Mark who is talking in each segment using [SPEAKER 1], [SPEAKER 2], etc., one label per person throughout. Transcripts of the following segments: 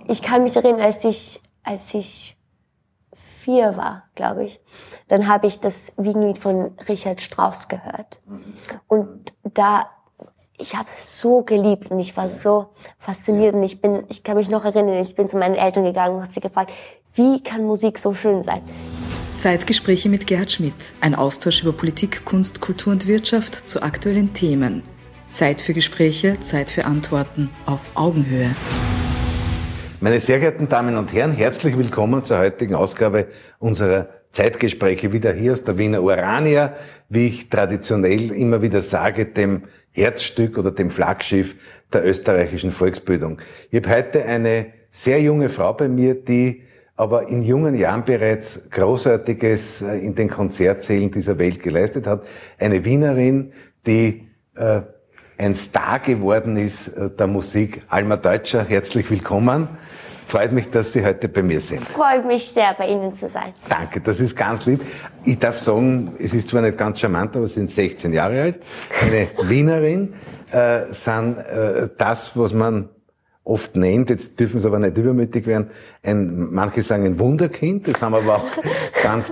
[SPEAKER 1] ich kann mich erinnern, als ich 4 war, glaube ich, dann habe ich das Wiegenlied von Richard Strauss gehört. Und ich habe es so geliebt und ich war so fasziniert und ich kann mich noch erinnern, ich bin zu meinen Eltern gegangen und habe sie gefragt, wie kann Musik so schön sein?
[SPEAKER 2] Zeitgespräche mit Gerhard Schmidt. Ein Austausch über Politik, Kunst, Kultur und Wirtschaft zu aktuellen Themen. Zeit für Gespräche, Zeit für Antworten auf Augenhöhe.
[SPEAKER 3] Meine sehr geehrten Damen und Herren, herzlich willkommen zur heutigen Ausgabe unserer Zeitgespräche wieder hier aus der Wiener Urania, wie ich traditionell immer wieder sage, dem Herzstück oder dem Flaggschiff der österreichischen Volksbildung. Ich habe heute eine sehr junge Frau bei mir, die aber in jungen Jahren bereits Großartiges in den Konzertsälen dieser Welt geleistet hat. Eine Wienerin, die ein Star geworden ist der Musik. Alma Deutscher, herzlich willkommen. Freut mich, dass Sie heute bei mir sind.
[SPEAKER 1] Freut mich sehr, bei Ihnen zu sein.
[SPEAKER 3] Danke, das ist ganz lieb. Ich darf sagen, es ist zwar nicht ganz charmant, aber Sie sind 16 Jahre alt. Eine Wienerin, sind das, was man oft nennt, jetzt dürfen Sie aber nicht übermütig werden, manche sagen ein Wunderkind, das haben aber auch ganz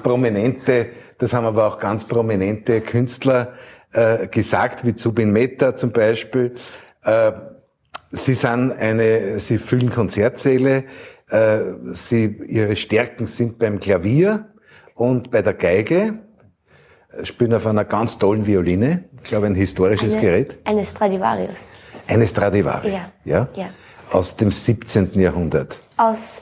[SPEAKER 3] prominente Künstler gesagt, wie Zubin Mehta zum Beispiel. Sie füllen Konzertsäle, ihre Stärken sind beim Klavier und bei der Geige, spielen auf einer ganz tollen Violine, ich glaube ein historisches Gerät.
[SPEAKER 1] Eine Stradivarius.
[SPEAKER 3] Eine Stradivari, ja?
[SPEAKER 1] Ja.
[SPEAKER 3] Aus dem 17. Jahrhundert.
[SPEAKER 1] Aus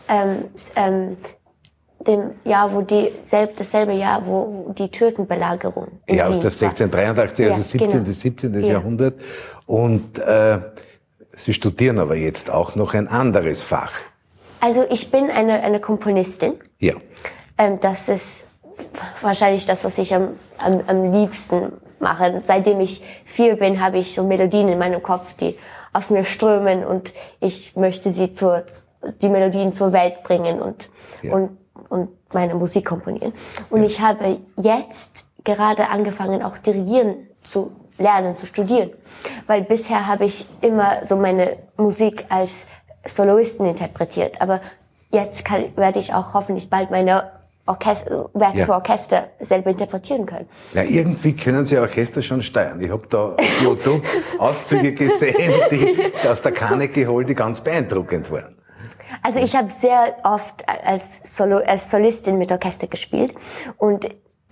[SPEAKER 1] dem Jahr, dasselbe Jahr, wo die Türkenbelagerung in
[SPEAKER 3] Ja, aus
[SPEAKER 1] Wien
[SPEAKER 3] der 1683, also 17. Jahrhundert. Und Sie studieren aber jetzt auch noch ein anderes Fach.
[SPEAKER 1] Also ich bin eine Komponistin.
[SPEAKER 3] Ja.
[SPEAKER 1] Das ist wahrscheinlich das, was ich am liebsten mache. Seitdem ich 4 bin, habe ich so Melodien in meinem Kopf, die aus mir strömen und ich möchte die Melodien zur Welt bringen und meine Musik komponieren. Und ich habe jetzt gerade angefangen, auch dirigieren zu lernen, zu studieren. Weil bisher habe ich immer so meine Musik als Soloisten interpretiert. Aber jetzt werde ich auch hoffentlich bald meine Werke für Orchester selber interpretieren können.
[SPEAKER 3] Ja, irgendwie können Sie Orchester schon steuern. Ich habe da auf YouTube Auszüge gesehen, die aus der Carnegie Hall, die ganz beeindruckend waren.
[SPEAKER 1] Also ich habe sehr oft als Solistin mit Orchester gespielt und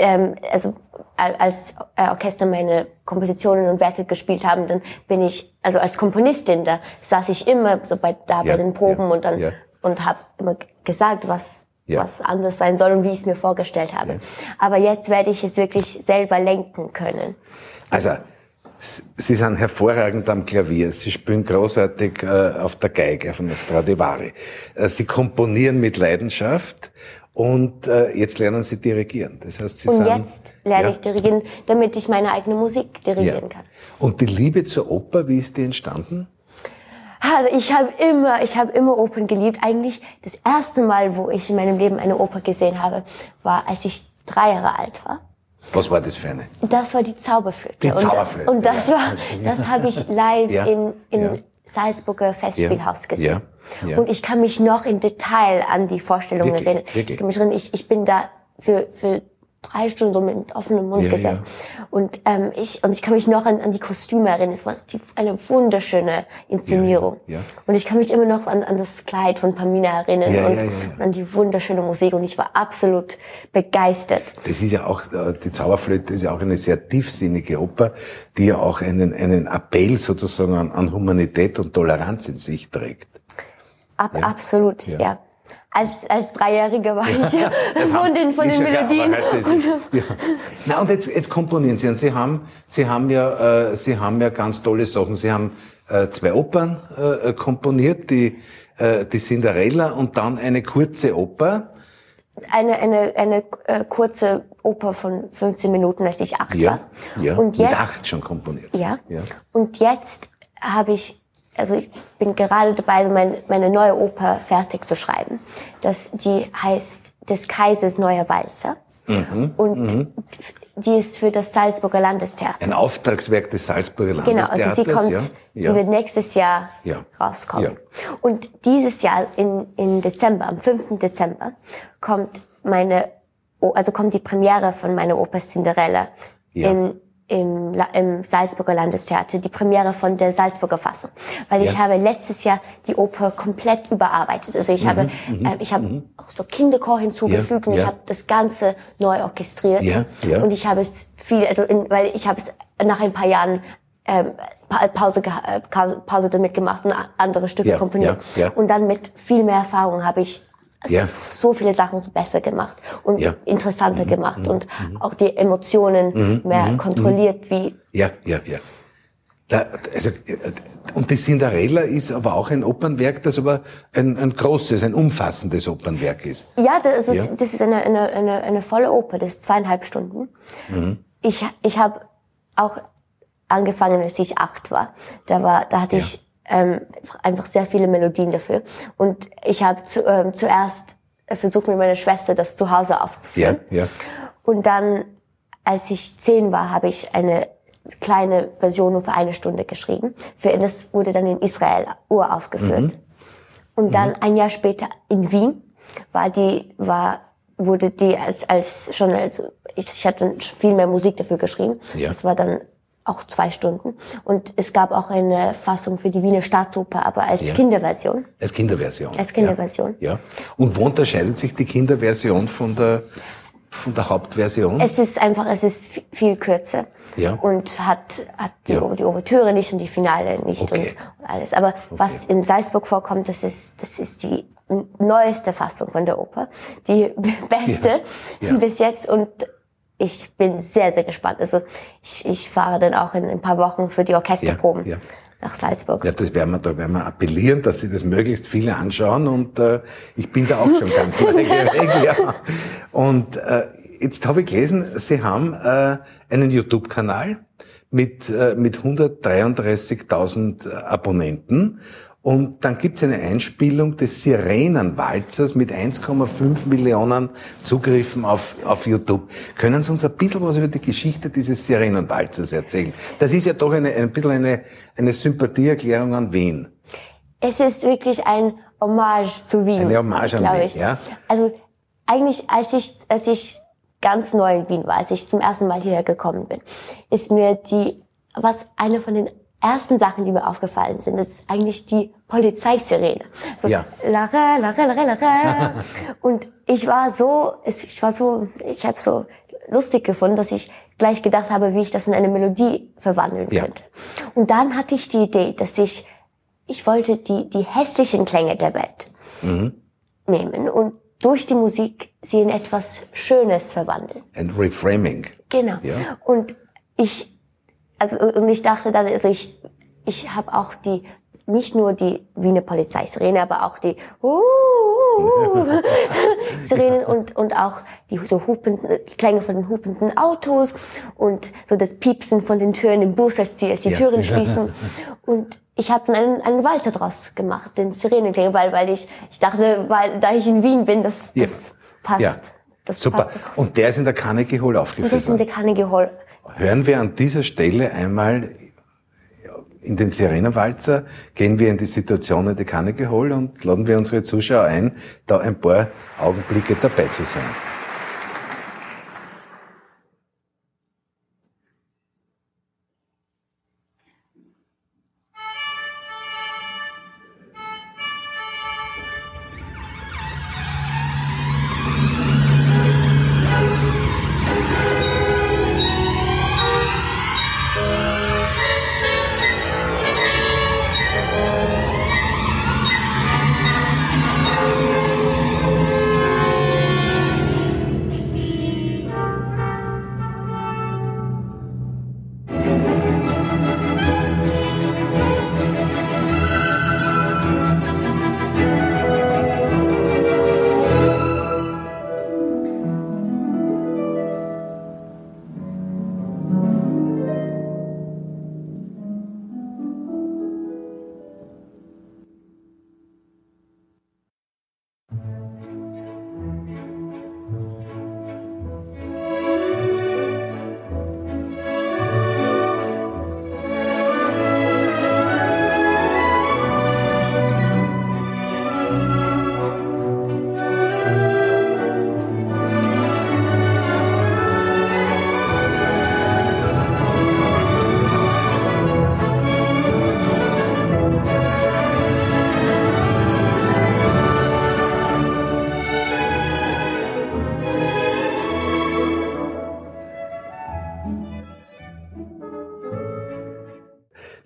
[SPEAKER 1] als Orchester meine Kompositionen und Werke gespielt haben, dann bin ich, also als Komponistin, da saß ich immer so bei den Proben und habe immer gesagt, was anders sein soll und wie ich es mir vorgestellt habe. Ja. Aber jetzt werde ich es wirklich selber lenken können.
[SPEAKER 3] Also, Sie sind hervorragend am Klavier, Sie spielen großartig auf der Geige, auf einer Stradivari. Sie komponieren mit Leidenschaft und jetzt lernen Sie dirigieren. Das heißt,
[SPEAKER 1] jetzt lerne ich dirigieren, damit ich meine eigene Musik dirigieren kann.
[SPEAKER 3] Und die Liebe zur Oper, wie ist die entstanden?
[SPEAKER 1] Also ich habe immer Opern geliebt. Eigentlich das erste Mal, wo ich in meinem Leben eine Oper gesehen habe, war, als ich 3 Jahre alt war.
[SPEAKER 3] Was war das für eine?
[SPEAKER 1] Das war die Zauberflöte.
[SPEAKER 3] Die Zauberflöte.
[SPEAKER 1] Und das habe ich live in Salzburger Festspielhaus gesehen. Ja. Und ich kann mich noch im Detail an die Vorstellung erinnern. Ich kann mich erinnern, ich bin da für 3 Stunden so mit offenem Mund gesessen. Ja. Und ich kann mich noch an die Kostüme erinnern. Es war eine wunderschöne Inszenierung. Ja. Und ich kann mich immer noch an das Kleid von Pamina erinnern und an die wunderschöne Musik. Und ich war absolut begeistert.
[SPEAKER 3] Das ist ja auch, die Zauberflöte ist ja auch eine sehr tiefsinnige Oper, die ja auch einen Appell sozusagen an Humanität und Toleranz in sich trägt.
[SPEAKER 1] Absolut, ja. Als Dreijähriger war ich von den Melodien.
[SPEAKER 3] Na, und jetzt komponieren Sie. Und Sie haben ja ganz tolle Sachen. Sie haben 2 Opern komponiert, die Cinderella und dann eine kurze Oper.
[SPEAKER 1] Eine kurze Oper von 15 Minuten, als ich 8 war.
[SPEAKER 3] Ja, und jetzt, mit 8 schon komponiert.
[SPEAKER 1] Ja. Und jetzt ich bin gerade dabei, meine neue Oper fertig zu schreiben. Die heißt Des Kaisers neuer Walzer. Und die ist für das Salzburger Landestheater.
[SPEAKER 3] Ein Auftragswerk des Salzburger
[SPEAKER 1] Genau,
[SPEAKER 3] Landestheaters.
[SPEAKER 1] also sie kommt,
[SPEAKER 3] ja.
[SPEAKER 1] sie wird nächstes Jahr rauskommen. Ja. Und dieses Jahr im Dezember, am 5. Dezember, kommt die Premiere von meiner Oper Cinderella im Salzburger Landestheater, die Premiere von der Salzburger Fassung. Weil ich habe letztes Jahr die Oper komplett überarbeitet. Also ich habe auch so Kinderchor hinzugefügt und ich habe das Ganze neu orchestriert. Und ich habe es weil ich habe es nach ein paar Jahren Pause damit gemacht und andere Stücke komponiert. Und dann mit viel mehr Erfahrung habe ich so viele Sachen besser gemacht und interessanter gemacht und auch die Emotionen mehr kontrolliert wie.
[SPEAKER 3] Und die Cinderella ist aber auch ein Opernwerk, das aber ein großes, ein umfassendes Opernwerk ist.
[SPEAKER 1] Ja, das ist eine volle Oper, das ist 2,5 Stunden. Ich habe auch angefangen, als ich 8 war. Da hatte ich einfach sehr viele Melodien dafür. Und ich habe zuerst versucht, mit meiner Schwester das zu Hause aufzuführen. Und dann, als ich 10 war, habe ich eine kleine Version nur für 1 Stunde geschrieben. Das wurde dann in Israel uraufgeführt. Und dann ein Jahr später in Wien wurde die ich habe dann viel mehr Musik dafür geschrieben. Das war dann auch 2 Stunden. Und es gab auch eine Fassung für die Wiener Staatsoper, aber als Kinderversion.
[SPEAKER 3] Als Kinderversion.
[SPEAKER 1] Als Kinderversion.
[SPEAKER 3] Ja. Und wo unterscheidet sich die Kinderversion von der Hauptversion?
[SPEAKER 1] Es ist viel kürzer. Und hat die Ouvertüre nicht und die Finale nicht und alles. Aber was in Salzburg vorkommt, das ist die neueste Fassung von der Oper. Die beste bis jetzt und ich bin sehr, sehr gespannt. Also ich fahre dann auch in ein paar Wochen für die Orchesterproben nach Salzburg.
[SPEAKER 3] Ja, da werden wir appellieren, dass Sie das möglichst viele anschauen und ich bin da auch schon ganz neugierig. Und jetzt habe ich gelesen, Sie haben einen YouTube-Kanal mit 133.000 Abonnenten. Und dann gibt's eine Einspielung des Sirenenwalzers mit 1,5 Millionen Zugriffen auf YouTube. Können Sie uns ein bisschen was über die Geschichte dieses Sirenenwalzers erzählen? Das ist ja doch ein bisschen eine Sympathieerklärung an Wien.
[SPEAKER 1] Es ist wirklich ein Hommage zu Wien.
[SPEAKER 3] Eine Hommage an Wien, ja.
[SPEAKER 1] Also eigentlich, als ich ganz neu in Wien war, als ich zum ersten Mal hierher gekommen bin, ist mir eine von den ersten Sachen, die mir aufgefallen sind, ist eigentlich die Polizeisirene. So, la ra, la ra, la ra, la ra. Und ich habe so lustig gefunden, dass ich gleich gedacht habe, wie ich das in eine Melodie verwandeln könnte. Und dann hatte ich die Idee, dass ich wollte die hässlichen Klänge der Welt nehmen und durch die Musik sie in etwas Schönes verwandeln.
[SPEAKER 3] Ein Reframing.
[SPEAKER 1] Genau. Ja. Und ich dachte dann, ich habe auch nicht nur die Wiener Polizeisirene, aber auch die Sirenen und auch die Klänge von den hupenden Autos und so das Piepsen von den Türen im Bus, als die Türen schließen. Und ich habe dann einen Walzer draus gemacht, den Sirenenklänge, weil ich dachte, da ich in Wien bin, das passt.
[SPEAKER 3] Ja.
[SPEAKER 1] Das
[SPEAKER 3] super.
[SPEAKER 1] Passt.
[SPEAKER 3] Und der ist in der Carnegie Hall aufgeführt worden.
[SPEAKER 1] Das ist in der Carnegie Hall.
[SPEAKER 3] Hören wir an dieser Stelle einmal in den Sirenenwalzer, gehen wir in die Situation in die Carnegie Hall und laden wir unsere Zuschauer ein, da ein paar Augenblicke dabei zu sein.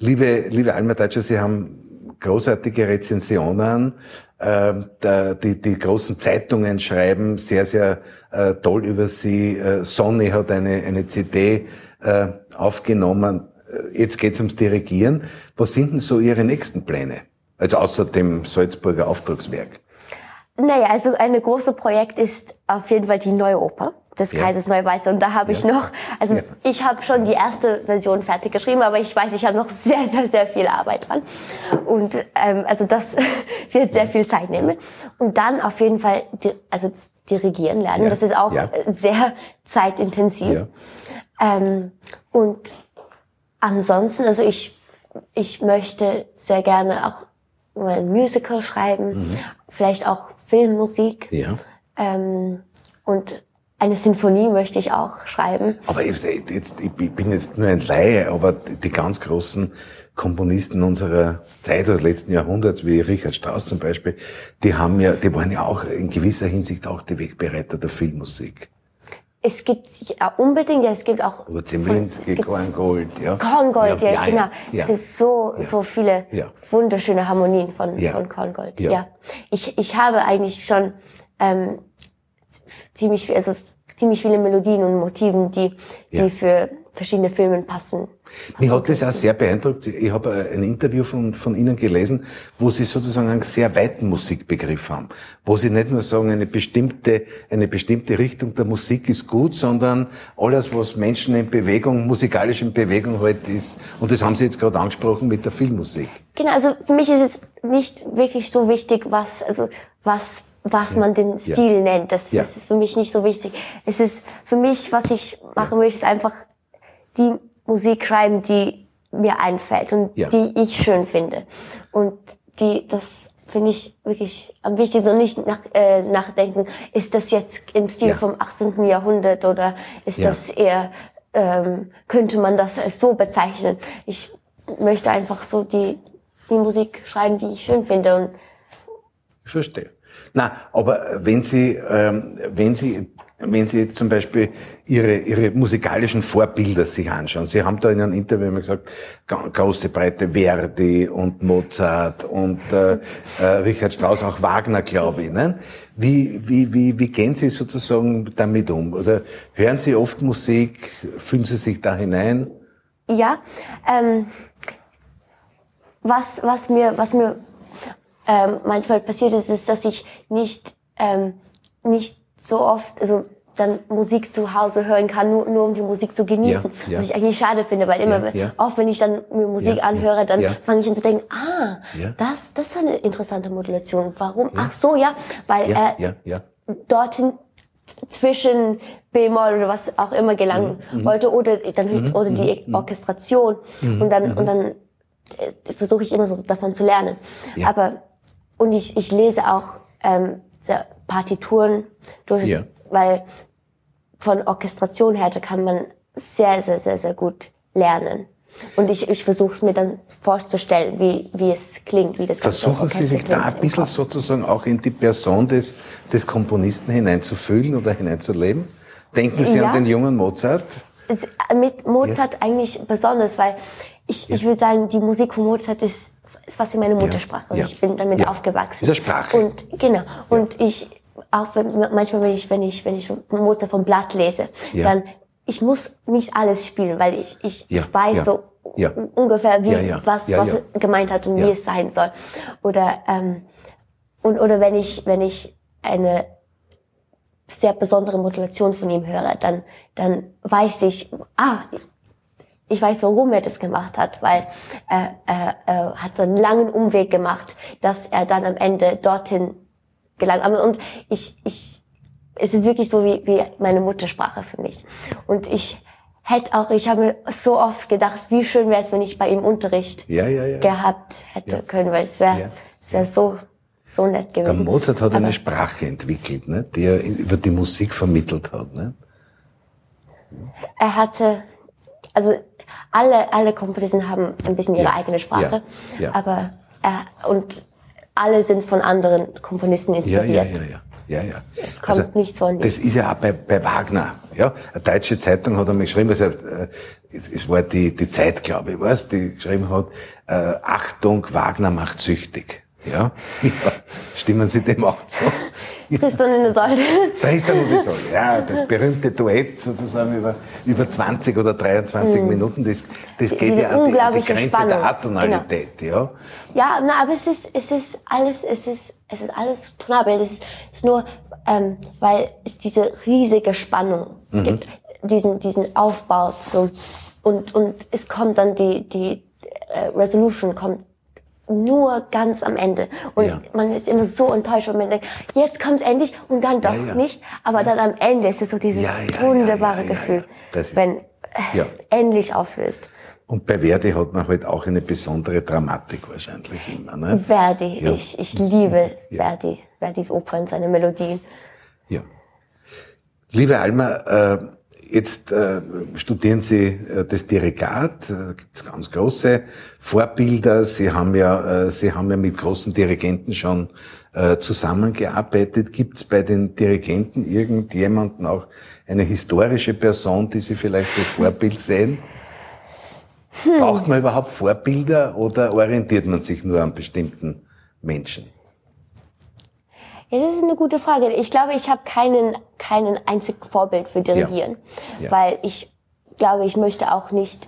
[SPEAKER 3] Liebe Alma Datscher, Sie haben großartige Rezensionen. Die großen Zeitungen schreiben sehr, sehr toll über Sie. Sonny hat eine CD aufgenommen. Jetzt geht's ums Dirigieren. Was sind denn so Ihre nächsten Pläne? Also außer dem Salzburger Auftragswerk.
[SPEAKER 1] Naja, also ein großes Projekt ist auf jeden Fall die neue Oper des Kaisers Neue Walzer. Und da habe ich noch, ich habe schon die erste Version fertig geschrieben, aber ich weiß, ich habe noch sehr, sehr, sehr viel Arbeit dran. Und also das wird sehr viel Zeit nehmen. Und dann auf jeden Fall dirigieren lernen. Ja. Das ist auch sehr zeitintensiv. Ja. Und ansonsten, also ich möchte sehr gerne auch mal ein Musical schreiben, vielleicht auch Filmmusik. Ja. Und eine Sinfonie möchte ich auch schreiben.
[SPEAKER 3] Aber ich bin jetzt nur ein Laie, aber die ganz großen Komponisten unserer Zeit, des letzten Jahrhunderts, wie Richard Strauss zum Beispiel, die waren ja auch in gewisser Hinsicht auch die Wegbereiter der Filmmusik.
[SPEAKER 1] Es gibt unbedingt, es gibt auch...
[SPEAKER 3] Oder Zemlinsky, Korngold, ja.
[SPEAKER 1] Korngold, ja, genau. Ja. Es gibt so viele wunderschöne Harmonien von Korngold. Ja. Ich habe eigentlich schon ziemlich viele Melodien und Motiven, die für verschiedene Filme passen.
[SPEAKER 3] Mich hat das auch sehr beeindruckt. Ich habe ein Interview von Ihnen gelesen, wo Sie sozusagen einen sehr weiten Musikbegriff haben. Wo Sie nicht nur sagen, eine bestimmte Richtung der Musik ist gut, sondern alles, was Menschen in Bewegung, musikalisch in Bewegung halt ist. Und das haben Sie jetzt gerade angesprochen mit der Filmmusik.
[SPEAKER 1] Genau, also für mich ist es nicht wirklich so wichtig, was man den Stil nennt. Das ist für mich nicht so wichtig. Es ist für mich, was ich machen möchte, ist einfach die Musik schreiben, die mir einfällt und die ich schön finde. Und das finde ich wirklich am wichtigsten und nicht nachdenken, ist das jetzt im Stil vom 18. Jahrhundert oder ist das eher, könnte man das als so bezeichnen. Ich möchte einfach so die Musik schreiben, die ich schön finde. Und
[SPEAKER 3] ich verstehe. Na, aber wenn Sie jetzt zum Beispiel Ihre musikalischen Vorbilder sich anschauen, Sie haben da in einem Interview immer gesagt, große Breite Verdi und Mozart und Richard Strauss, auch Wagner, glaube ich, ne? Wie gehen Sie sozusagen damit um? Oder hören Sie oft Musik? Fühlen Sie sich da hinein?
[SPEAKER 1] Ja, was mir manchmal passiert ist, dass ich nicht so oft, also dann Musik zu Hause hören kann, nur um die Musik zu genießen. Was ich eigentlich schade finde, weil immer, oft wenn ich dann mir Musik anhöre, dann fange ich an zu denken, das ist eine interessante Modulation. Warum? Ach so, weil er dorthin zwischen B-Moll oder was auch immer gelangen wollte, oder die Orchestration. Und dann versuche ich immer so davon zu lernen. Und ich lese auch Partituren durch, weil von Orchestration her kann man sehr, sehr, sehr, sehr gut lernen. Und ich versuche es mir dann vorzustellen, wie es klingt, wie das
[SPEAKER 3] Versuchen Sie sich da ein bisschen sozusagen auch in die Person des Komponisten hineinzufühlen oder hineinzuleben? Denken Sie an den jungen Mozart?
[SPEAKER 1] Mit Mozart eigentlich besonders, weil ich würde sagen, die Musik von Mozart ist fast wie meine Muttersprache. Also ich bin damit aufgewachsen.
[SPEAKER 3] Ist eine Sprache.
[SPEAKER 1] Und genau. Und ich auch manchmal, wenn ich so Mozart vom Blatt lese, dann ich muss nicht alles spielen, weil ich weiß so ungefähr was er gemeint hat und wie es sein soll. Oder oder wenn ich eine sehr besondere Modulation von ihm höre, dann weiß ich, ich weiß, warum er das gemacht hat, weil er hat einen langen Umweg gemacht, dass er dann am Ende dorthin gelangt. Und es ist wirklich so wie meine Muttersprache für mich. Und ich habe mir so oft gedacht, wie schön wäre es, wenn ich bei ihm Unterricht gehabt hätte können, weil es wäre so nett gewesen.
[SPEAKER 3] Der Mozart hat eine Sprache entwickelt, ne, die er über die Musik vermittelt hat, ne?
[SPEAKER 1] Er hatte, also alle Komponisten haben ein bisschen ihre eigene Sprache, aber und alle sind von anderen Komponisten inspiriert.
[SPEAKER 3] ja, ja.
[SPEAKER 1] Es kommt nicht von nichts.
[SPEAKER 3] Das ist ja auch bei Wagner, ja. Eine deutsche Zeitung hat einmal geschrieben, also, es war die Zeit, glaube ich, weißt, die geschrieben hat, Achtung, Wagner macht süchtig. Ja, stimmen Sie dem auch zu?
[SPEAKER 1] Tristan und Isolde.
[SPEAKER 3] Tristan und Isolde, ja, das berühmte Duett sozusagen über 20 oder 23 Minuten, das geht ja an die Grenze Spannung. Der Atonalität, genau.
[SPEAKER 1] Ja. Ja, aber es ist alles tonabel. Das ist nur, weil es diese riesige Spannung gibt, diesen Aufbau und es kommt dann die Resolution kommt nur ganz am Ende. Und man ist immer so enttäuscht, wenn man denkt, jetzt kommt's endlich und dann doch nicht. Aber dann am Ende ist es so dieses wunderbare Gefühl, wenn es endlich auflöst.
[SPEAKER 3] Und bei Verdi hat man halt auch eine besondere Dramatik wahrscheinlich immer, ne?
[SPEAKER 1] Verdi, ich liebe Verdis Opern, seine Melodien.
[SPEAKER 3] Ja. Liebe Alma, jetzt studieren Sie das Dirigat, gibt es ganz große Vorbilder. Sie haben ja mit großen Dirigenten schon zusammengearbeitet. Gibt es bei den Dirigenten irgendjemanden auch eine historische Person, die Sie vielleicht als Vorbild sehen? Braucht man überhaupt Vorbilder oder orientiert man sich nur an bestimmten Menschen?
[SPEAKER 1] Ja, das ist eine gute Frage. Ich glaube, ich habe keinen einzigen Vorbild für Dirigieren, weil ich glaube, ich möchte auch nicht,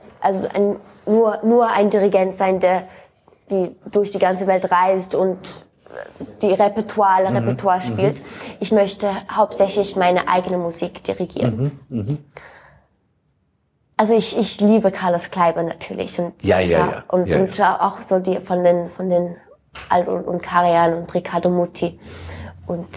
[SPEAKER 1] nur ein Dirigent sein, der durch die ganze Welt reist und die Repertoire spielt. Ich möchte hauptsächlich meine eigene Musik dirigieren. Also ich liebe Carlos Kleiber natürlich und und auch so die von den Aldo und Karajan und Riccardo Muti und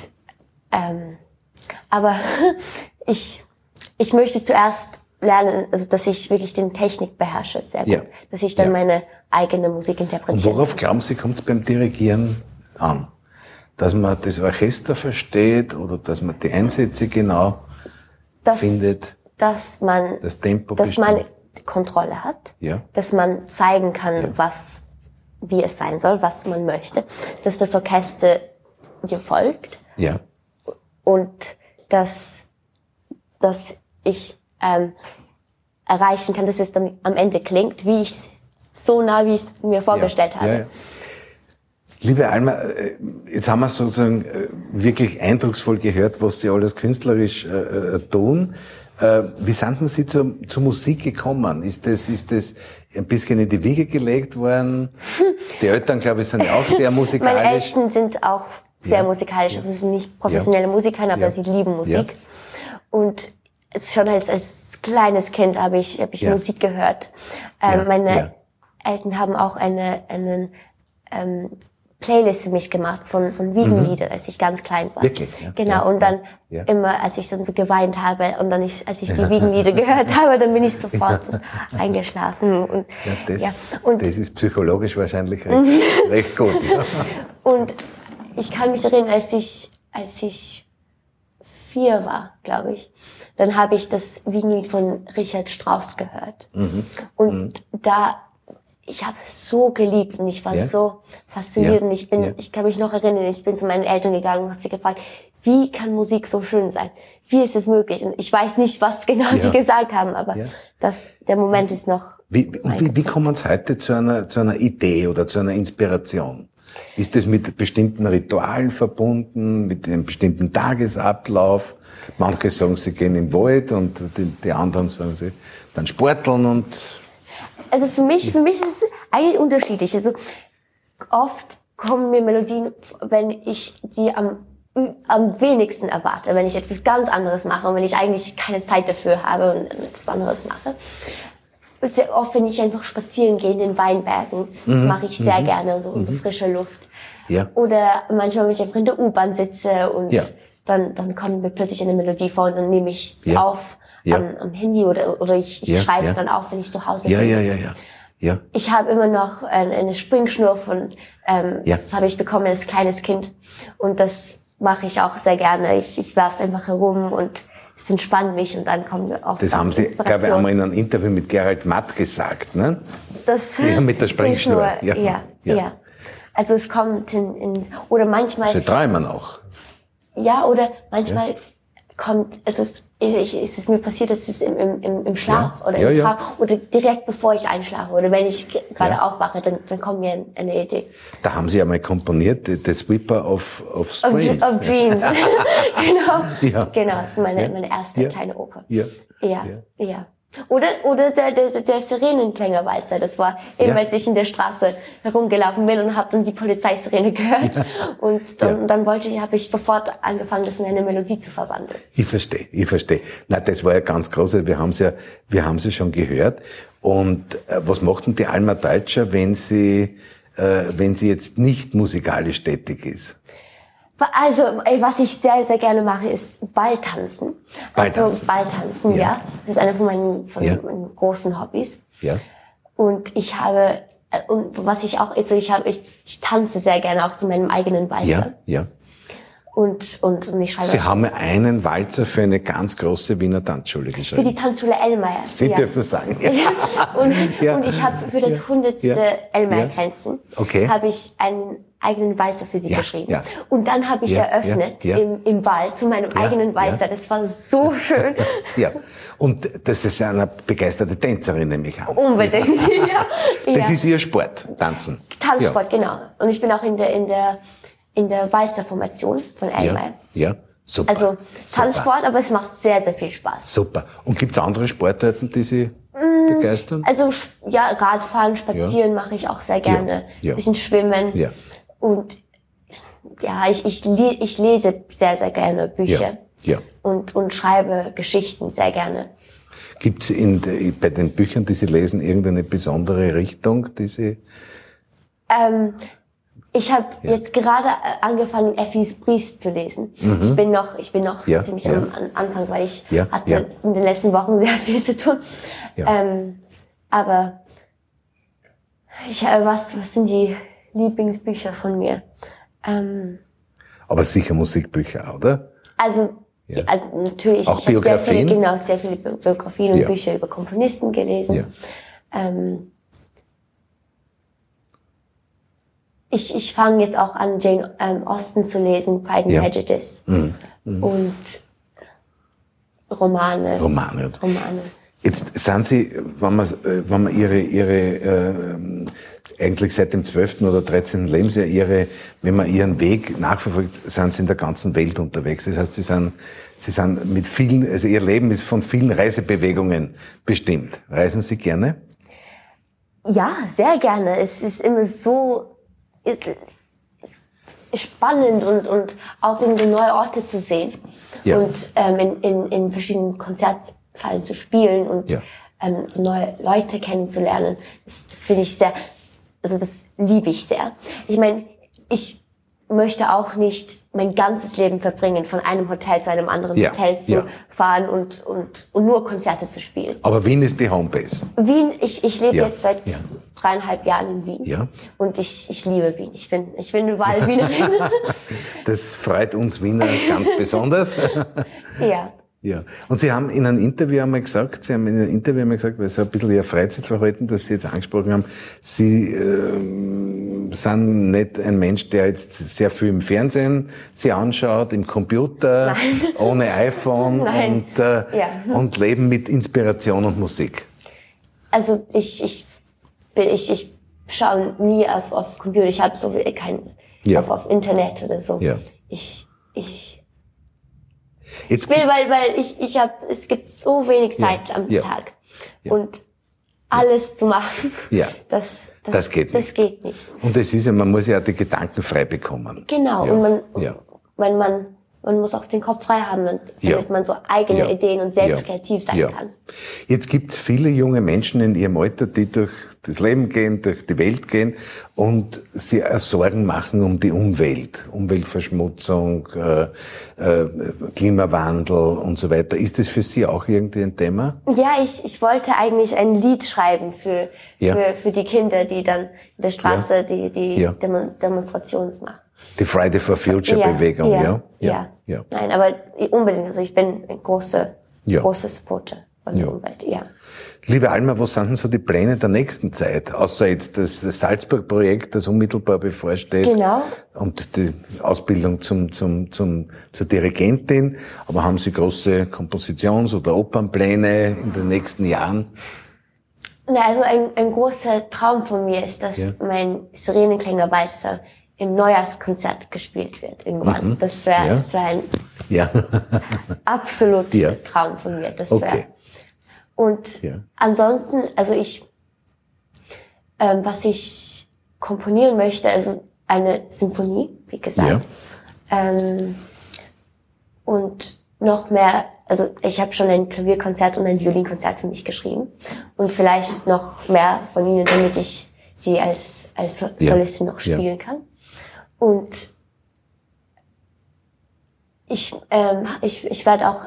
[SPEAKER 1] aber ich möchte zuerst lernen, also dass ich wirklich den Technik beherrsche sehr gut, dass ich dann meine eigene Musik interpretiere.
[SPEAKER 3] Und worauf glauben Sie, kommt es beim Dirigieren an? Dass man das Orchester versteht oder dass man die Einsätze genau findet? Dass man das Tempo bestimmt.
[SPEAKER 1] Kontrolle hat, dass man zeigen kann, wie es sein soll, was man möchte, dass das Orchester dir folgt und dass ich erreichen kann, dass es dann am Ende klingt, wie ich es mir vorgestellt habe. Ja.
[SPEAKER 3] Liebe Alma, jetzt haben wir sozusagen wirklich eindrucksvoll gehört, was Sie alles künstlerisch tun. Wie sind denn Sie zur Musik gekommen? Ist das ein bisschen in die Wiege gelegt worden? Die Eltern, glaube ich, sind ja auch sehr musikalisch.
[SPEAKER 1] Meine Eltern sind auch sehr musikalisch. Also sie sind nicht professionelle Musiker, aber sie lieben Musik. Und schon als kleines Kind habe ich Musik gehört. Meine Eltern haben auch einen Playlist für mich gemacht von Wiegenliedern, als ich ganz klein war.
[SPEAKER 3] Wirklich? Ja.
[SPEAKER 1] Genau, und dann immer, als ich dann so geweint habe und dann als ich die Wiegenlieder gehört habe, dann bin ich sofort eingeschlafen. Und,
[SPEAKER 3] und das ist psychologisch wahrscheinlich recht gut. Ja.
[SPEAKER 1] Und ich kann mich erinnern, als ich 4 war, glaube ich, dann habe ich das Wiegenlied von Richard Strauss gehört. Und ich habe es so geliebt und ich war so fasziniert und ich kann mich noch erinnern, ich bin zu meinen Eltern gegangen und habe sie gefragt, wie kann Musik so schön sein? Wie ist es möglich? Und ich weiß nicht, was genau sie gesagt haben, aber der Moment ist noch...
[SPEAKER 3] Wie kommen Sie heute zu einer Idee oder zu einer Inspiration? Ist das mit bestimmten Ritualen verbunden, mit einem bestimmten Tagesablauf? Manche sagen, sie gehen im Wald und die anderen sagen, sie dann sporteln und...
[SPEAKER 1] Also für mich ist es eigentlich unterschiedlich. Also oft kommen mir Melodien, wenn ich die am wenigsten erwarte, wenn ich etwas ganz anderes mache und wenn ich eigentlich keine Zeit dafür habe und etwas anderes mache. Sehr oft, wenn ich einfach spazieren gehe in den Weinbergen, das mache ich sehr gerne, so unter frischer Luft. Ja. Oder manchmal, wenn ich einfach in der U-Bahn sitze und dann kommt mir plötzlich eine Melodie vor und dann nehme ich es auf. Am Handy oder ich schreibe es dann auf, wenn ich zu Hause bin. Ja. Ich habe immer noch eine Springschnur das habe ich bekommen als kleines Kind und das mache ich auch sehr gerne. Ich werfe es einfach herum und es entspannt mich und dann kommen wir auf.
[SPEAKER 3] Das haben Sie, glaube ich, einmal in einem Interview mit Gerald Matt gesagt, ne? Mit der Springschnur.
[SPEAKER 1] Ja. Also es kommt oder manchmal...
[SPEAKER 3] Sie träumen auch.
[SPEAKER 1] Ja, oder manchmal kommt, es ist mir passiert, dass es im Schlaf oder im Traum oder direkt bevor ich einschlafe oder wenn ich gerade aufwache, dann kommt mir eine Idee.
[SPEAKER 3] Da haben Sie ja mal komponiert, The Sweeper of Dreams.
[SPEAKER 1] Of Dreams. Genau. Genau, das ist meine erste kleine Oper. Ja. Oder der Sirenenklingerwalzer. Das war eben, als ich in der Straße herumgelaufen bin und habe dann die Polizeisirene gehört. Und dann habe ich sofort angefangen, das in eine Melodie zu verwandeln.
[SPEAKER 3] Ich verstehe. Na, das war ja ganz groß. Wir haben sie schon gehört. Und was macht denn die Alma Deutscher, wenn sie jetzt nicht musikalisch tätig ist?
[SPEAKER 1] Also, was ich sehr, sehr gerne mache, ist Balltanzen. Balltanzen, ja. Das ist einer von meinen großen Hobbys. Ja. Und ich tanze sehr gerne auch zu meinem eigenen Walzer. Ja. Und ich schreibe.
[SPEAKER 3] Sie haben einen Walzer für eine ganz große Wiener Tanzschule geschrieben.
[SPEAKER 1] Für die Tanzschule Ellmeier.
[SPEAKER 3] Sie dürfen sagen.
[SPEAKER 1] Und ich habe für das 100. Ellmeier-Kränzchen habe ich einen eigenen Walzer für sie geschrieben. Ja. Und dann habe ich eröffnet im Wald zu meinem eigenen Walzer. Das war so schön.
[SPEAKER 3] Ja. Und das ist eine begeisterte Tänzerin, nehme ich an.
[SPEAKER 1] Unbedingt,
[SPEAKER 3] Das ist ihr Sport, Tanzen.
[SPEAKER 1] Tanzsport, genau. Und ich bin auch in der Walzerformation von Ellmeier.
[SPEAKER 3] Ja. Super.
[SPEAKER 1] Also Tanzsport, aber es macht sehr, sehr viel Spaß.
[SPEAKER 3] Super. Und gibt's andere Sportarten, die Sie begeistern?
[SPEAKER 1] Also Radfahren, Spazieren mache ich auch sehr gerne. Ein bisschen Schwimmen. Ja. Und ich lese sehr, sehr gerne Bücher. Ja. Und schreibe Geschichten sehr gerne.
[SPEAKER 3] Gibt's bei den Büchern, die Sie lesen, irgendeine besondere Richtung, die Sie...
[SPEAKER 1] Ich habe jetzt gerade angefangen, Effis Briest zu lesen. Mhm. Ich bin noch ziemlich am Anfang, weil ich hatte in den letzten Wochen sehr viel zu tun. Ja. Aber was sind die Lieblingsbücher von mir?
[SPEAKER 3] Aber sicher Musikbücher, oder?
[SPEAKER 1] Also natürlich.
[SPEAKER 3] Auch Biografien?
[SPEAKER 1] Sehr viele Biografien und Bücher über Komponisten gelesen. Ja. Ich fange jetzt auch an, Jane Austen zu lesen, Pride and Prejudice. Und Romane.
[SPEAKER 3] Jetzt sind Sie, wenn man Ihre eigentlich seit dem 12. oder 13. Lebensjahr wenn man Ihren Weg nachverfolgt, sind Sie in der ganzen Welt unterwegs. Das heißt, Sie sind mit vielen, also Ihr Leben ist von vielen Reisebewegungen bestimmt. Reisen Sie gerne?
[SPEAKER 1] Ja, sehr gerne. Es ist immer so spannend und auch irgendwie neue Orte zu sehen. Ja. Und in verschiedenen Konzertsälen zu spielen und so neue Leute kennenzulernen. Das finde ich sehr, also das liebe ich sehr. Ich meine, ich möchte auch nicht mein ganzes Leben verbringen, von einem Hotel zu einem anderen Hotel zu fahren und nur Konzerte zu spielen.
[SPEAKER 3] Aber Wien ist die Homebase.
[SPEAKER 1] Wien, ich lebe jetzt seit 3,5 Jahren in Wien. Ja. Und ich liebe Wien. Ich bin überall Wienerin.
[SPEAKER 3] Das freut uns Wiener ganz besonders.
[SPEAKER 1] Ja.
[SPEAKER 3] Ja. Und Sie haben in einem Interview einmal gesagt, weil so ein bisschen Ihr Freizeitverhalten, das Sie jetzt angesprochen haben, Sie sind nicht ein Mensch, der jetzt sehr viel im Fernsehen sich anschaut, im Computer, ohne iPhone und leben mit Inspiration und Musik.
[SPEAKER 1] Also ich schaue nie auf Computer, ich habe so kein auf Internet oder so. Ja. Es gibt so wenig Zeit am Tag. Ja. Und alles zu machen, das geht nicht.
[SPEAKER 3] Und es ist man muss ja auch die Gedanken frei bekommen.
[SPEAKER 1] Genau. Ja. Und man muss auch den Kopf frei haben, damit man so eigene Ideen und selbst kreativ sein kann.
[SPEAKER 3] Jetzt gibt's viele junge Menschen in ihrem Alter, die durch das Leben gehen, durch die Welt gehen und sich Sorgen machen um die Umwelt, Umweltverschmutzung, Klimawandel und so weiter. Ist das für Sie auch irgendwie ein Thema?
[SPEAKER 1] Ja, ich wollte eigentlich ein Lied schreiben für die Kinder, die dann in der Straße die Demonstrationen machen.
[SPEAKER 3] Die Friday for Future Bewegung, ja.
[SPEAKER 1] Nein, aber unbedingt. Also ich bin ein großer Supporter der Umwelt, ja.
[SPEAKER 3] Liebe Alma, was sind denn so die Pläne der nächsten Zeit? Außer jetzt das Salzburg-Projekt, das unmittelbar bevorsteht.
[SPEAKER 1] Genau.
[SPEAKER 3] Und die Ausbildung zur Dirigentin. Aber haben Sie große Kompositions- oder Opernpläne in den nächsten Jahren?
[SPEAKER 1] Na, also ein großer Traum von mir ist, dass mein Sirenenklinger-Walzer im Neujahrskonzert gespielt wird irgendwann. Das wäre ein absoluter Traum von mir. Das wäre. Und ansonsten, also was ich komponieren möchte, also eine Symphonie, wie gesagt. Und noch mehr, also ich habe schon ein Klavierkonzert und ein Violinkonzert für mich geschrieben. Und vielleicht noch mehr von ihnen, damit ich sie als Solistin noch spielen kann. Und ich werde auch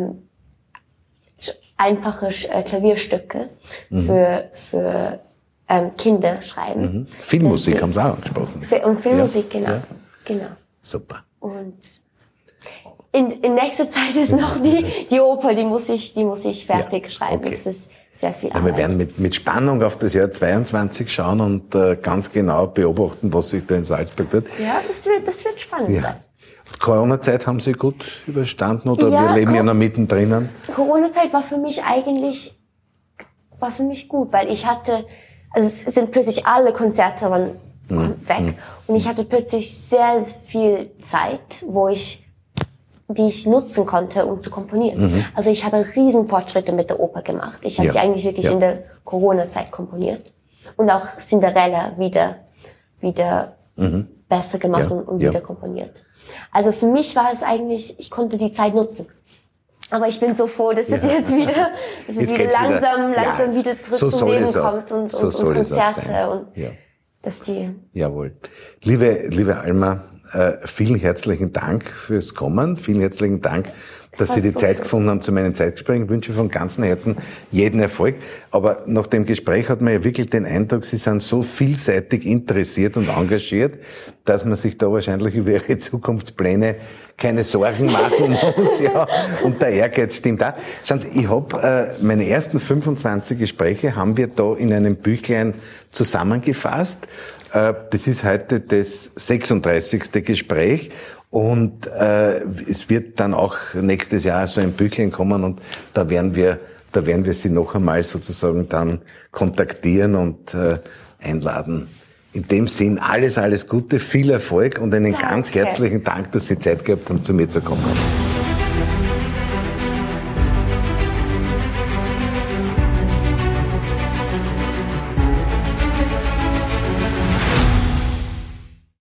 [SPEAKER 1] einfache Klavierstücke für Kinder schreiben.
[SPEAKER 3] Filmmusik haben Sie auch angesprochen.
[SPEAKER 1] Und Filmmusik, genau.
[SPEAKER 3] Super.
[SPEAKER 1] Und in nächster Zeit ist noch die Oper, die muss ich fertig schreiben. Das ist sehr viel Arbeit.
[SPEAKER 3] Wir werden mit Spannung auf das Jahr 22 schauen und ganz genau beobachten, was sich da in Salzburg tut.
[SPEAKER 1] Ja, das wird spannend sein.
[SPEAKER 3] Corona-Zeit haben Sie gut überstanden oder wir leben ja noch mittendrin?
[SPEAKER 1] Corona-Zeit war für mich gut, weil ich hatte, also es sind plötzlich alle Konzerte waren weg und ich hatte plötzlich sehr viel Zeit, die ich nutzen konnte, um zu komponieren. Also ich habe riesen Fortschritte mit der Oper gemacht. Ich habe sie eigentlich wirklich in der Corona-Zeit komponiert und auch Cinderella wieder besser gemacht und wieder komponiert. Also für mich war es eigentlich, ich konnte die Zeit nutzen. Aber ich bin so froh, dass es jetzt wieder langsam wieder zurück zum Leben kommt und Konzerte und dass die.
[SPEAKER 3] Jawohl. Liebe Alma, vielen herzlichen Dank fürs Kommen. Vielen herzlichen Dank, dass Sie die Zeit gefunden haben zu meinen Zeitgesprächen. Ich wünsche von ganzem Herzen jeden Erfolg. Aber nach dem Gespräch hat man ja wirklich den Eindruck, Sie sind so vielseitig interessiert und engagiert, dass man sich da wahrscheinlich über Ihre Zukunftspläne keine Sorgen machen muss. Und der Ehrgeiz stimmt auch. Schauen Sie, ich habe meine ersten 25 Gespräche haben wir da in einem Büchlein zusammengefasst. Das ist heute das 36. Gespräch und es wird dann auch nächstes Jahr so ein Büchlein kommen und da werden wir Sie noch einmal sozusagen dann kontaktieren und einladen. In dem Sinn alles Gute, viel Erfolg und einen ganz herzlichen Dank, dass Sie Zeit gehabt haben, zu mir zu kommen.